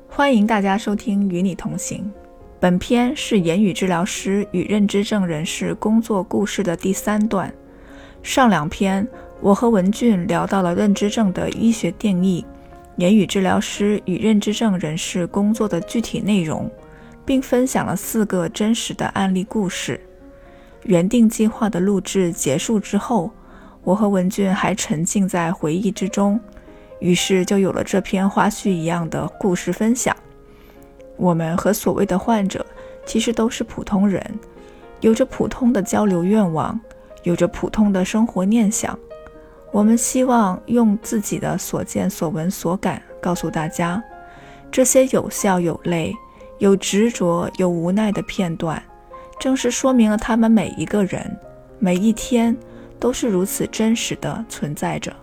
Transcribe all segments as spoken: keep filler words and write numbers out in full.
欢迎大家收听与你同行。本篇是言语治疗师与认知症人士工作故事的第三段。上两篇我和文俊聊到了认知症的医学定义，言语治疗师与认知症人士工作的具体内容，并分享了四个真实的案例故事。原定计划的录制结束之后，我和文俊还沉浸在回忆之中，于是就有了这篇花絮一样的故事分享。我们和所谓的患者其实都是普通人，有着普通的交流愿望，有着普通的生活念想。我们希望用自己的所见所闻所感告诉大家，这些有笑有泪，有执着有无奈的片段，正是说明了他们每一个人每一天都是如此真实的存在着。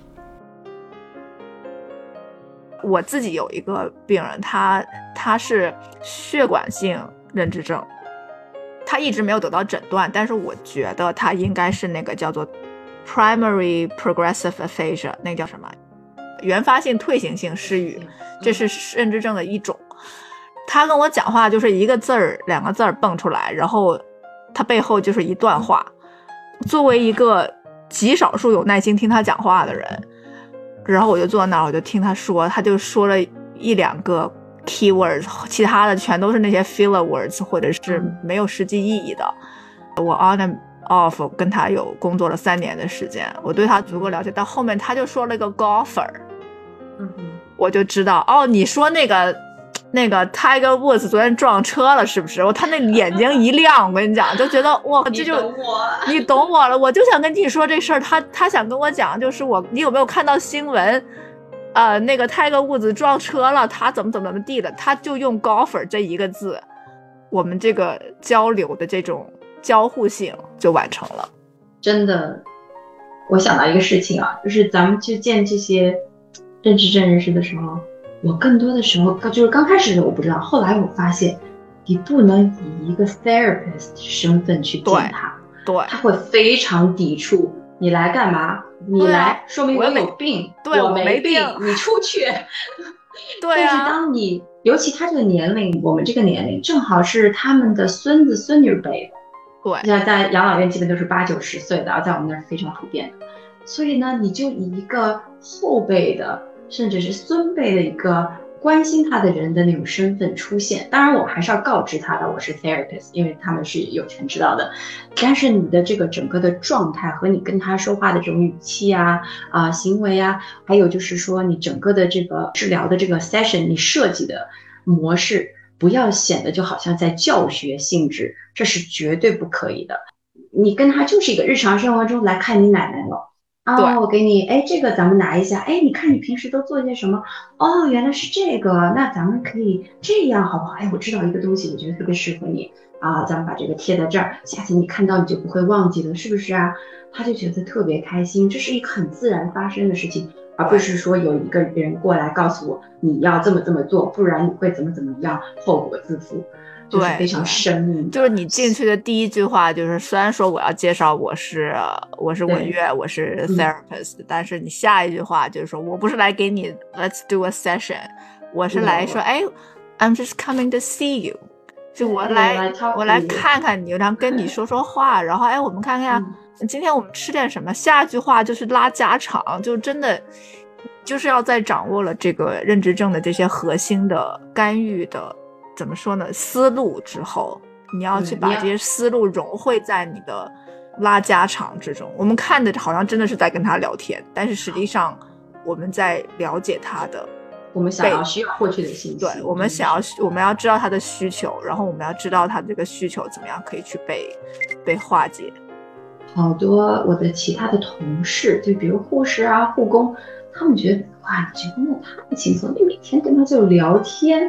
我自己有一个病人，他他是血管性认知症，他一直没有得到诊断，但是我觉得他应该是那个叫做 primary progressive aphasia， 那个叫什么原发性退行性失语，这是认知症的一种。他跟我讲话就是一个字儿两个字儿蹦出来，然后他背后就是一段话。作为一个极少数有耐心听他讲话的人，然后我就坐在那儿，我就听他说，他就说了一两个 keywords， 其他的全都是那些 filler words 或者是没有实际意义的。我 on and off 跟他有工作了三年的时间，我对他足够了解，到后面他就说了个 golfer， 嗯哼， 我就知道哦，你说那个那个 Tiger Woods 昨天撞车了是不是？他那眼睛一亮，我跟你讲，就觉得哇，这就你懂我， 你懂我了。我就想跟你说这事儿，他他想跟我讲，就是我，你有没有看到新闻？呃，那个 Tiger Woods 撞车了，他怎么怎么怎么地的，他就用 golfer 这一个字，我们这个交流的这种交互性就完成了。 真的，我想到一个事情啊，就是咱们去见这些认知症人士的时候。我更多的时候就是刚开始的我不知道，后来我发现你不能以一个 therapist 身份去见他， 对， 他会非常抵触。你来干嘛？你来、啊、说明我有病， 对， 我没病， 你出去。 对啊。 但是当你尤其他这个年龄，我们这个年龄正好是他们的孙子孙女辈的， 对， 现在在养老院基本都是八九十岁的，在我们那儿非常普遍的。所以呢，你就以一个后辈的。甚至是孙辈的一个关心他的人的那种身份出现，当然我还是要告知他的我是 therapist， 因为他们是有权知道的。但是你的这个整个的状态和你跟他说话的这种语气啊、啊、呃、行为啊，还有就是说你整个的这个治疗的这个 session 你设计的模式，不要显得就好像在教学性质，这是绝对不可以的。你跟他就是一个日常生活中来看你奶奶了。哦，我给你，哎，这个咱们拿一下，哎，你看你平时都做些什么？哦，原来是这个，那咱们可以这样好不好？哎，我知道一个东西，我觉得特别适合你啊，咱们把这个贴在这儿，下次你看到你就不会忘记了，是不是啊？他就觉得特别开心，这是一个很自然发生的事情，而不是说有一个人过来告诉我你要这么这么做，不然你会怎么怎么样，后果自负。就是非常生硬， 就是你进去的第一句话就是，虽然说我要介绍我是我是文月，我是 therapist，、嗯、但是你下一句话就是说我不是来给你 let's do a session， 我是来说哎 I'm just coming to see you， 就我来我来看看你，然后跟你说说话，然后哎我们看看、嗯、今天我们吃点什么，下一句话就是拉家常，就真的就是要在掌握了这个认知症的这些核心的干预的怎么说呢思路之后，你要去把这些思路融汇在你的拉家常之中。我们看的好像真的是在跟他聊天，但是实际上我们在了解他的我们想要需要获取的信息。 对，我们想要我们要知道他的需求，然后我们要知道他这个需求怎么样可以去被被化解。 好多我的其他的同事，就比如护士啊、护工，他们觉得哇，你这工作太轻松，你每天跟他就聊天。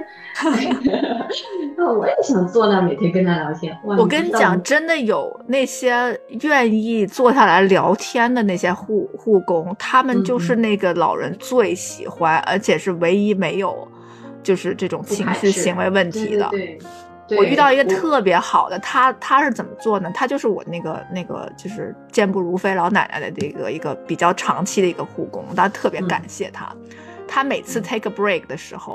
我也想坐那每天跟他聊天。 我跟你讲，真的有那些愿意坐下来聊天的那些护护工，他们就是那个老人最喜欢，嗯、而且是唯一没有就是这种情绪行为问题的。 对对对， 我遇到一个特别好的，他他是怎么做呢？他就是我那个那个就是健步如飞老奶奶的这个一个比较长期的一个护工，他特别感谢他。嗯、他每次 take a break 的时候，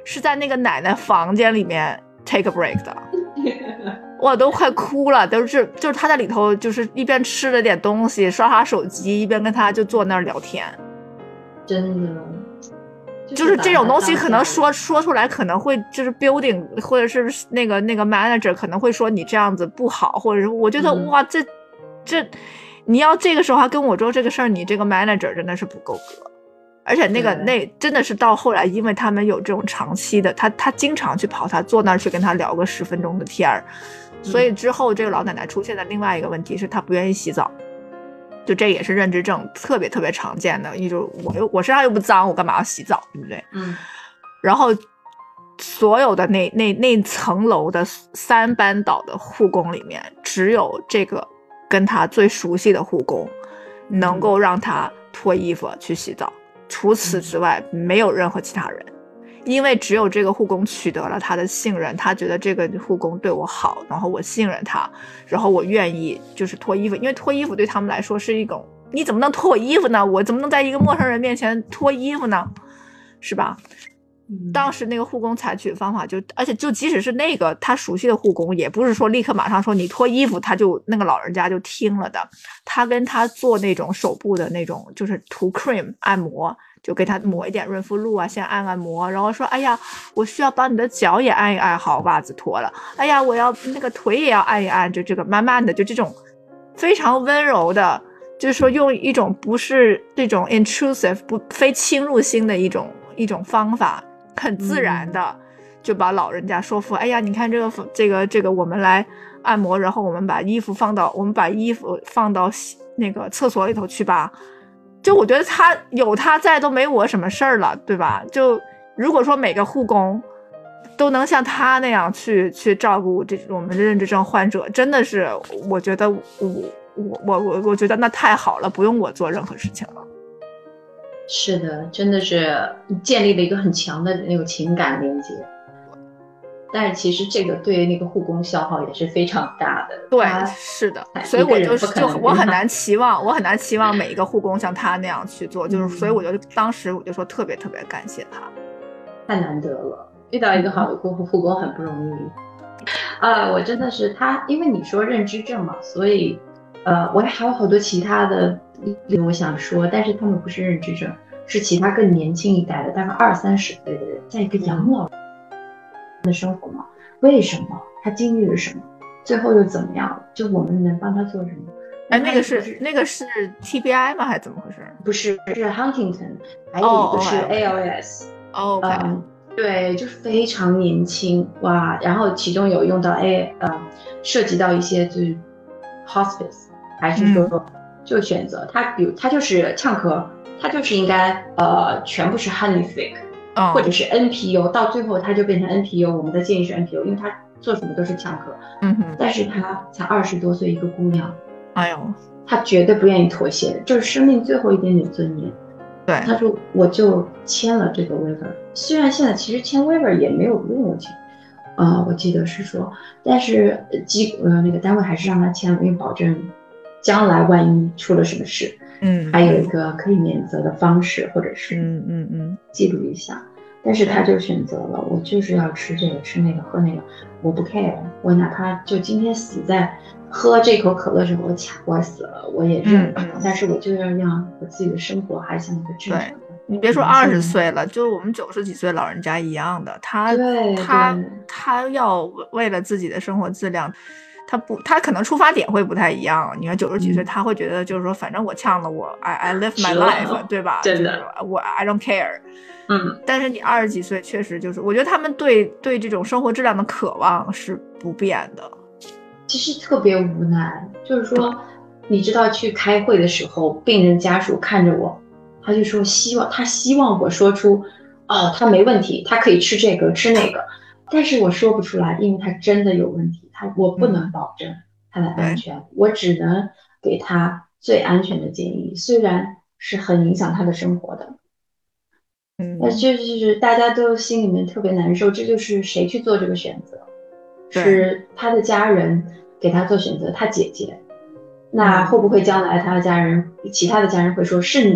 是在那个奶奶房间里面 take a break 的。我都快哭了，都是就是他在里头，就是一边吃了点东西，刷刷手机，一边跟他就坐那儿聊天。 真的， 就是、就是这种东西，可能说说出来可能会就是 building 或者是那个那个 manager 可能会说你这样子不好，或者是我觉得、嗯、哇，这这你要这个时候还跟我说这个事儿，你这个 manager 真的是不够格。而且那个那真的是到后来，因为他们有这种长期的，他他经常去跑他坐那儿去跟他聊个十分钟的天儿。所以之后这个老奶奶出现的另外一个问题是她不愿意洗澡，就这也是认知症特别特别常见的一种，我又我身上又不脏，我干嘛要洗澡，对不对？ 嗯。 然后所有的那那那层楼的三班倒的护工里面，只有这个跟他最熟悉的护工能够让他脱衣服去洗澡，除此之外没有任何其他人。因为只有这个护工取得了他的信任，他觉得这个护工对我好，然后我信任他，然后我愿意就是脱衣服，因为脱衣服对他们来说是一种，你怎么能脱我衣服呢？我怎么能在一个陌生人面前脱衣服呢？是吧？当时那个护工采取的方法就，而且就即使是那个他熟悉的护工，也不是说立刻马上说你脱衣服，他就那个老人家就听了的。他跟他做那种手部的那种就是涂 cream 按摩，就给他抹一点润肤露啊，先按按摩，然后说，哎呀，我需要把你的脚也按一按，好，袜子脱了。哎呀，我要那个腿也要按一按，就这个慢慢的，就这种非常温柔的，就是说用一种不是这种 intrusive 不非侵入性的一种一种方法。很自然的就把老人家说服、嗯、哎呀，你看这个这个这个我们来按摩，然后我们把衣服放到我们把衣服放到那个厕所里头去吧。就我觉得他有他在都没我什么事儿了，对吧？就如果说每个护工都能像他那样去去照顾这我们的认知症患者，真的是我觉得我我我我我觉得那太好了，不用我做任何事情了。 是的，真的是建立了一个很强的那个情感连接，但是其实这个对那个护工消耗也是非常大的。 对，是的，所以我就就我很难期望，我很难期望每一个护工像他那样去做，就是、嗯、所以我就当时我就说特别特别感谢他， 太难得了，遇到一个好的护护工很不容易。啊，我真的是他，因为你说认知症嘛，所以呃，我还有好多其他的。我想说，但是他们不是认知症，是其他更年轻一代的，大概二三十岁的人，在一个养老的生活嘛？为什么他经历了什么，最后又怎么样了？就我们能帮他做什么？ 哎，那个是那个是 T B I 吗？还是怎么回事？ 不是，是 Huntington， 还有一个是 A L S。 哦， okay. 嗯，对，就是非常年轻哇，然后其中有用到 A 呃，涉及到一些就是 hospice， 还是说。嗯就选择他，比如他就是呛咳，他就是应该呃全部是 Honeyfic、oh. 或者是 N P U， 到最后他就变成 N P U， 我们的建议是 N P U， 因为他做什么都是呛咳。 嗯哼， 但是他才二十多岁一个姑娘， 哎呦， 他绝对不愿意妥协，就是生命最后一点点尊严。 对， 他说我就签了这个 waiver， 虽然现在其实签 waiver 也没有用过钱。呃，我记得是说，但是机呃那个单位还是让他签了，因为保证。将来万一出了什么事， 嗯， 还有一个可以免责的方式，或者是嗯嗯嗯记录一下。但是他就选择了，我就是要吃这个吃那个喝那个，我不 care， 我哪怕就今天死在喝这口可乐时候我卡我死了我也认了、嗯嗯，但是我就要让我自己的生活还像一个正常的。 你别说二十岁了，就是我们九十几岁老人家一样的，他他他要为了自己的生活质量。他不，他可能出发点会不太一样。你看九十几岁，他会觉得就是说，反正我呛了我 ，I I live my life， 对吧？ 真的， 我 I don't care。 嗯， 但是你二十几岁，确实就是，我觉得他们对对这种生活质量的渴望是不变的。 其实特别无奈，就是说，你知道去开会的时候，病人家属看着我，他就说希望他希望我说出，哦，他没问题，他可以吃这个吃那个。但是我说不出来，因为他真的有问题，他我不能保证他的安全、嗯、我只能给他最安全的建议，虽然是很影响他的生活的。 嗯， 那就是大家都心里面特别难受，这就是谁去做这个选择？是他的家人给他做选择，他姐姐。那会不会将来他的家人其他的家人会说是你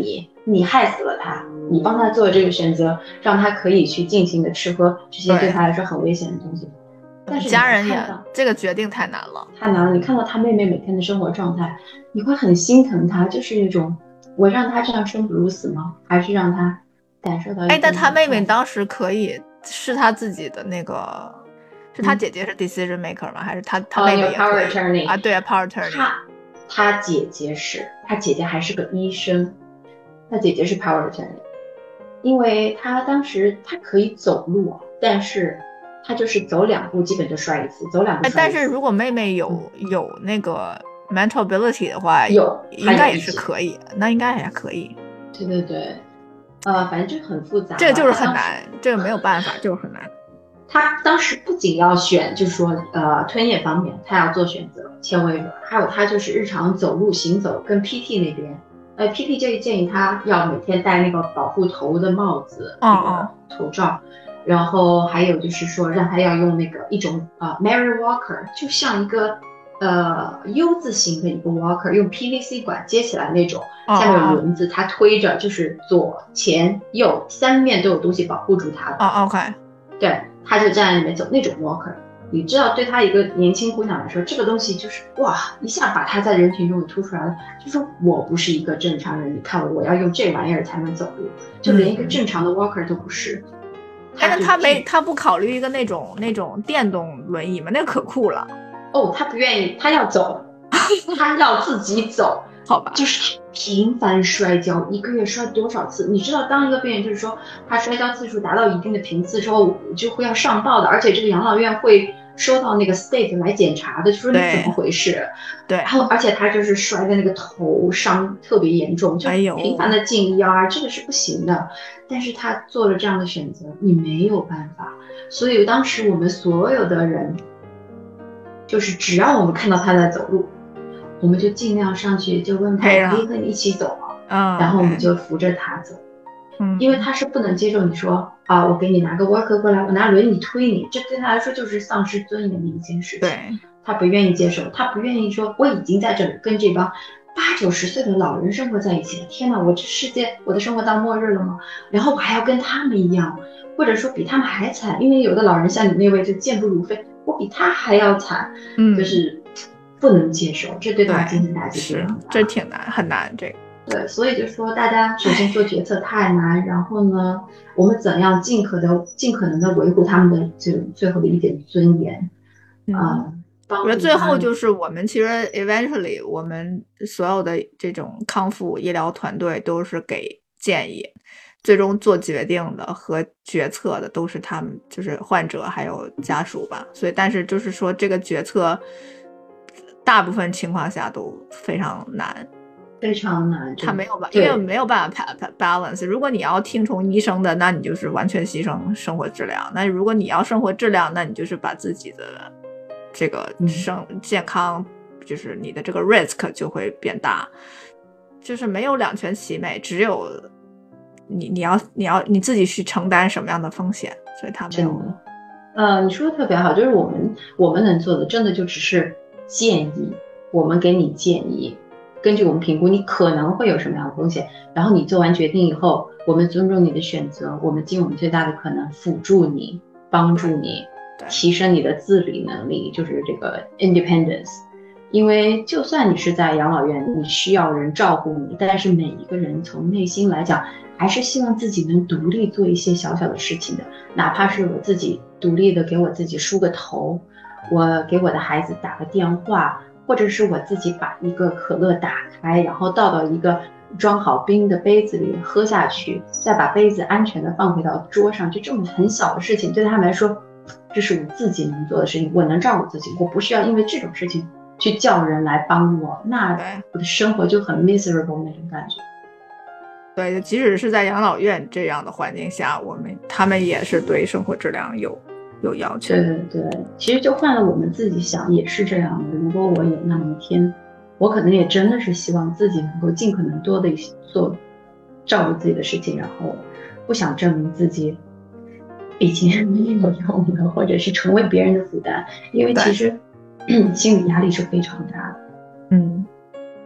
你害死了他，你帮他做这个选择，让他可以去尽情的吃喝这些对他来说很危险的东西。但是家人也这个决定太难了， 太难了。你看到他妹妹每天的生活状态，你会很心疼他，就是那种我让他这样生不如死吗？还是让他感受到？ 哎，但他妹妹当时可以是他自己的那个，是他姐姐是 decision maker 吗？嗯、还是他他妹妹也可以、 oh, power attorney 啊？对啊 ，power attorney。 他他姐姐是，他姐姐还是个医生，他姐姐是 power attorney， 因为他当时他可以走路，但是。他就是走两步基本就摔一次，走两步摔一次。 但是如果妹妹有、嗯、有那个 mental ability 的话， 有应该也是可以，那应该也可以。 对对对，呃，反正就很复杂。 这个就是很难，这个没有办法，就是很难。 他当时不仅要选，就是说呃吞咽方面，他要做选择纤维，还有他就是日常走路行走跟 P T 那边，呃 P T 建议建议他要每天戴那个保护头的帽子， 哦哦， 那个头罩。然后还有就是说，让他要用那个一种啊、呃、，Mary Walker， 就像一个呃 U 字形的一个 Walker， 用 P V C 管接起来那种，下面有轮子，他推着，就是左前右三面都有东西保护住他的。 哦、oh, ，OK， 对，他就站在里面走那种 Walker。你知道，对他一个年轻姑娘来说，这个东西就是哇，一下把他在人群中给突出来了。就说我不是一个正常人，你看我，我要用这玩意儿才能走路，就连一个正常的 Walker 都不是。嗯但是他没，他不考虑一个那种那种电动轮椅吗？那个可酷了。 哦，他不愿意，他要走，他要自己走， 好吧？ 就是频繁摔跤，一个月摔多少次？你知道，当一个病人就是说他摔跤次数达到一定的频次之后，就会要上报的，而且这个养老院会收到那个 state 来检查的，就说你怎么回事？ 对。 然后，而且他就是摔的那个头伤特别严重，就频繁的进 E R，、哎、这个是不行的。但是他做了这样的选择，你没有办法。所以当时我们所有的人，就是只要我们看到他在走路，我们就尽量上去就问他可以和你一起走吗？ 嗯， 然后我们就扶着他走。 嗯， 因为他是不能接受你说啊，我给你拿个 walker 过来，我拿轮椅推你，这对他来说就是丧失尊严的一件事情。 对， 他不愿意接受，他不愿意说我已经在这里跟这帮八九十岁的老人生活在一起了，天哪，我这世界我的生活到末日了吗？然后我还要跟他们一样，或者说比他们还惨，因为有的老人像你那位就健步如飞，我比他还要惨， 嗯， 就是不能接受，这对他精神打击是这挺难，很难这个。 对，所以就说大家首先做决策太难，然后呢，我们怎样尽可能尽可能的维护他们的这种最后的一点尊严， 嗯。 呃我觉得最后就是我们其实 eventually 我们所有的这种康复医疗团队都是给建议，最终做决定的和决策的都是他们，就是患者还有家属吧。所以但是就是说这个决策大部分情况下都非常难， 非常难， 他没有办，因为没有办法 balance。如果你要听从医生的，那你就是完全牺牲生活质量；那如果你要生活质量，那你就是把自己的这个生健康，就是你的这个 risk 就会变大，就是没有两全其美，只有你你要你要你自己去承担什么样的风险，所以他没有。 呃，你说的特别好，就是我们我们能做的，真的就只是建议，我们给你建议，根据我们评估你可能会有什么样的风险，然后你做完决定以后，我们尊重你的选择，我们尽我们最大的可能辅助你，帮助你。提升你的自理能力，就是这个 independence。 因为就算你是在养老院，你需要人照顾你，但是每一个人从内心来讲还是希望自己能独立做一些小小的事情的，哪怕是我自己独立的给我自己梳个头，我给我的孩子打个电话，或者是我自己把一个可乐打开，然后倒到一个装好冰的杯子里喝下去，再把杯子安全的放回到桌上，就这么很小的事情，对他们来说这是我自己能做的事情，我能照顾自己，我不需要因为这种事情去叫人来帮我，那我的生活就很 miserable 那种感觉。 对，即使是在养老院这样的环境下，我们他们也是对生活质量有有要求。 对对对，其实就换了我们自己想也是这样的。如果我有那么一天，我可能也真的是希望自己能够尽可能多的做照顾自己的事情，然后不想证明自己已经没有用了，或者是成为别人的负担，因为其实心理压力是非常大的。 嗯，在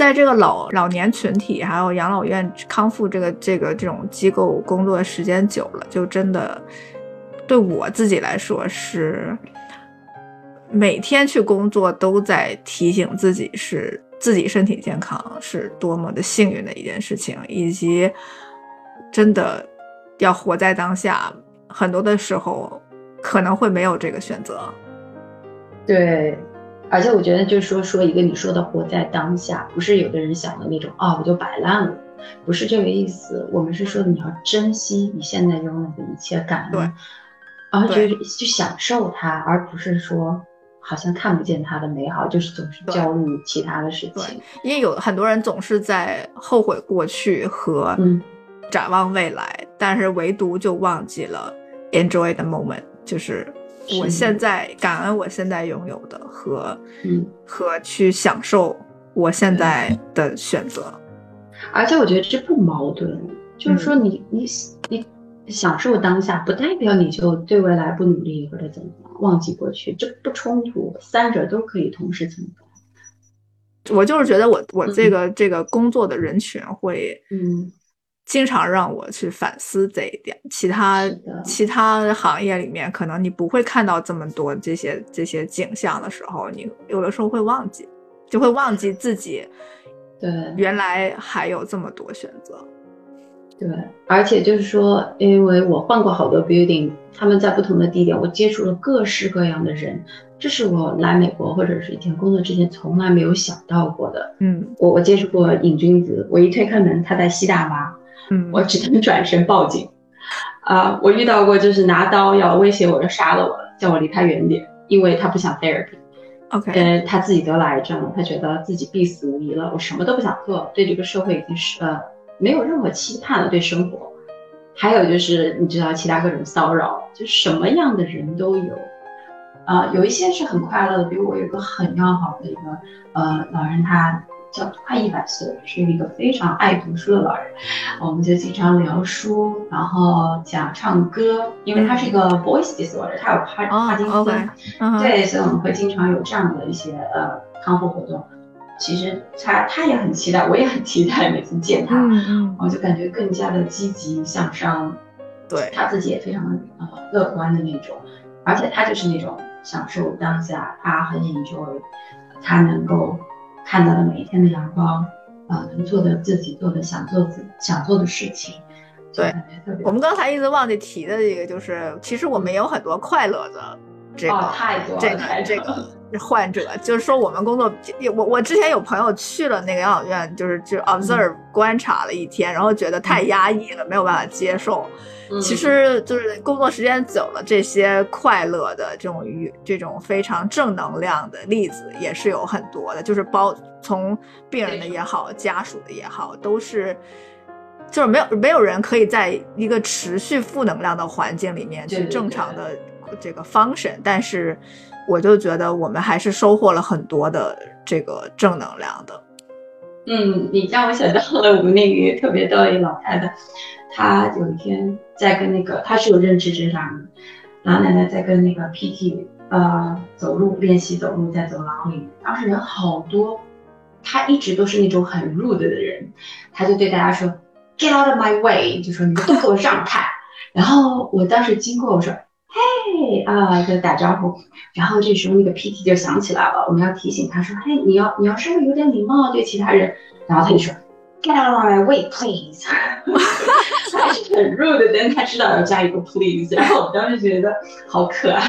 在这个老老年群体还有养老院康复这个这个这种机构工作时间久了，就真的对我自己来说是每天去工作都在提醒自己是自己身体健康是多么的幸运的一件事情，以及真的要活在当下，很多的时候可能会没有这个选择。 对，而且我觉得就是说说一个你说的活在当下，不是有的人想的那种啊、哦、我就摆烂了，不是这个意思。我们是说你要珍惜你现在拥有的一切，感恩，而且去享受它，而不是说好像看不见它的美好，就是总是焦虑其他的事情。 因为有很多人总是在后悔过去和展望未来、嗯、但是唯独就忘记了 enjoy the moment， 就是我现在感恩我现在拥有的和嗯和去享受我现在的选择。 而且我觉得这不矛盾，就是说你、嗯、你你享受当下不代表你就对未来不努力或者怎么样，忘记过去，这不冲突，三者都可以同时存在。 我就是觉得我我这个、嗯、这个工作的人群会嗯经常让我去反思这一点，其他其他行业里面可能你不会看到这么多这些这些景象的时候，你有的时候会忘记，就会忘记自己对原来还有这么多选择。 对，而且就是说，因为我换过好多 building， 他们在不同的地点，我接触了各式各样的人，这是我来美国或者是以前工作之前从来没有想到过的。 嗯， 我我接触过瘾君子，我一推开门，他在吸大麻， 嗯， 我只能转身报警。啊、呃，我遇到过就是拿刀要威胁我要杀了我，叫我离他远点，因为他不想 therapy。OK， 呃，他自己得了癌症，他觉得自己必死无疑了，我什么都不想做，对这个社会已经是呃。没有任何期盼了，对生活。还有就是你知道其他各种骚扰，就什么样的人都有。呃，有一些是很快乐的，比如我有一个很要好的一个呃老人，他叫快一百岁，是一个非常爱读书的老人。我们就经常聊书，然后讲唱歌，因为他是一个 voice disorder， 他有帕帕金森， okay. uh-huh. 对，所以我们会经常有这样的一些呃康复活动。其实他他也很期待，我也很期待每次见他， 嗯嗯， 我就感觉更加的积极向上， 对， 他自己也非常呃乐观的那种，而且他就是那种享受当下，他很 enjoy， 他能够看到了每一天的阳光，呃，能做的自己做的想做自想做的事情。 对，我们刚才一直忘记提的这个就是，其实我们也有很多快乐的这个、 哦、太多了这个这个。患者就是说我们工作，我我之前有朋友去了那个养老院，就是就 observe、嗯、观察了一天，然后觉得太压抑了、嗯、没有办法接受、嗯、其实就是工作时间久了，这些快乐的这种这种非常正能量的例子也是有很多的，就是包从病人的也好，家属的也好，都是就是没有没有人可以在一个持续负能量的环境里面去正常的这个 function， 但是我就觉得我们还是收获了很多的这个正能量的。 嗯，你让我想到了我们那个特别逗的一老太太，她有一天在跟那个，她是有认知智障的，老奶奶在跟那个 P T 呃走路练习走路，在走廊里，当时人好多，她一直都是那种很 rude 的人，她就对大家说 Get out of my way， 就说你们都给我让开。然后我当时经过，我说嘿啊，就打招呼，然后这时候那个 P T 就想起来了，我们要提醒他说，嘿，你要你要稍微有点礼貌对其他人，然后他就说 Get out of my way, please 。还是很 rude 的，但他知道要加一个 please， 然后我当时觉得好可爱。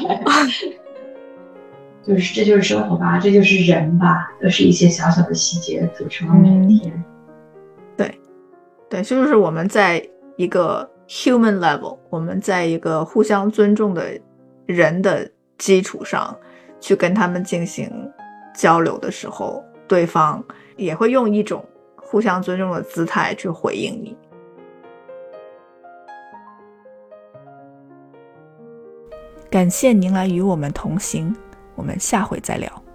就是这就是生活吧，这就是人吧，都是一些小小的细节组成了每天。嗯、 对，对，就是我们在一个human level， 我们在一个互相尊重的人的基础上去跟他们进行交流的时候，对方也会用一种互相尊重的姿态去回应你。感谢您来与我们同行，我们下回再聊。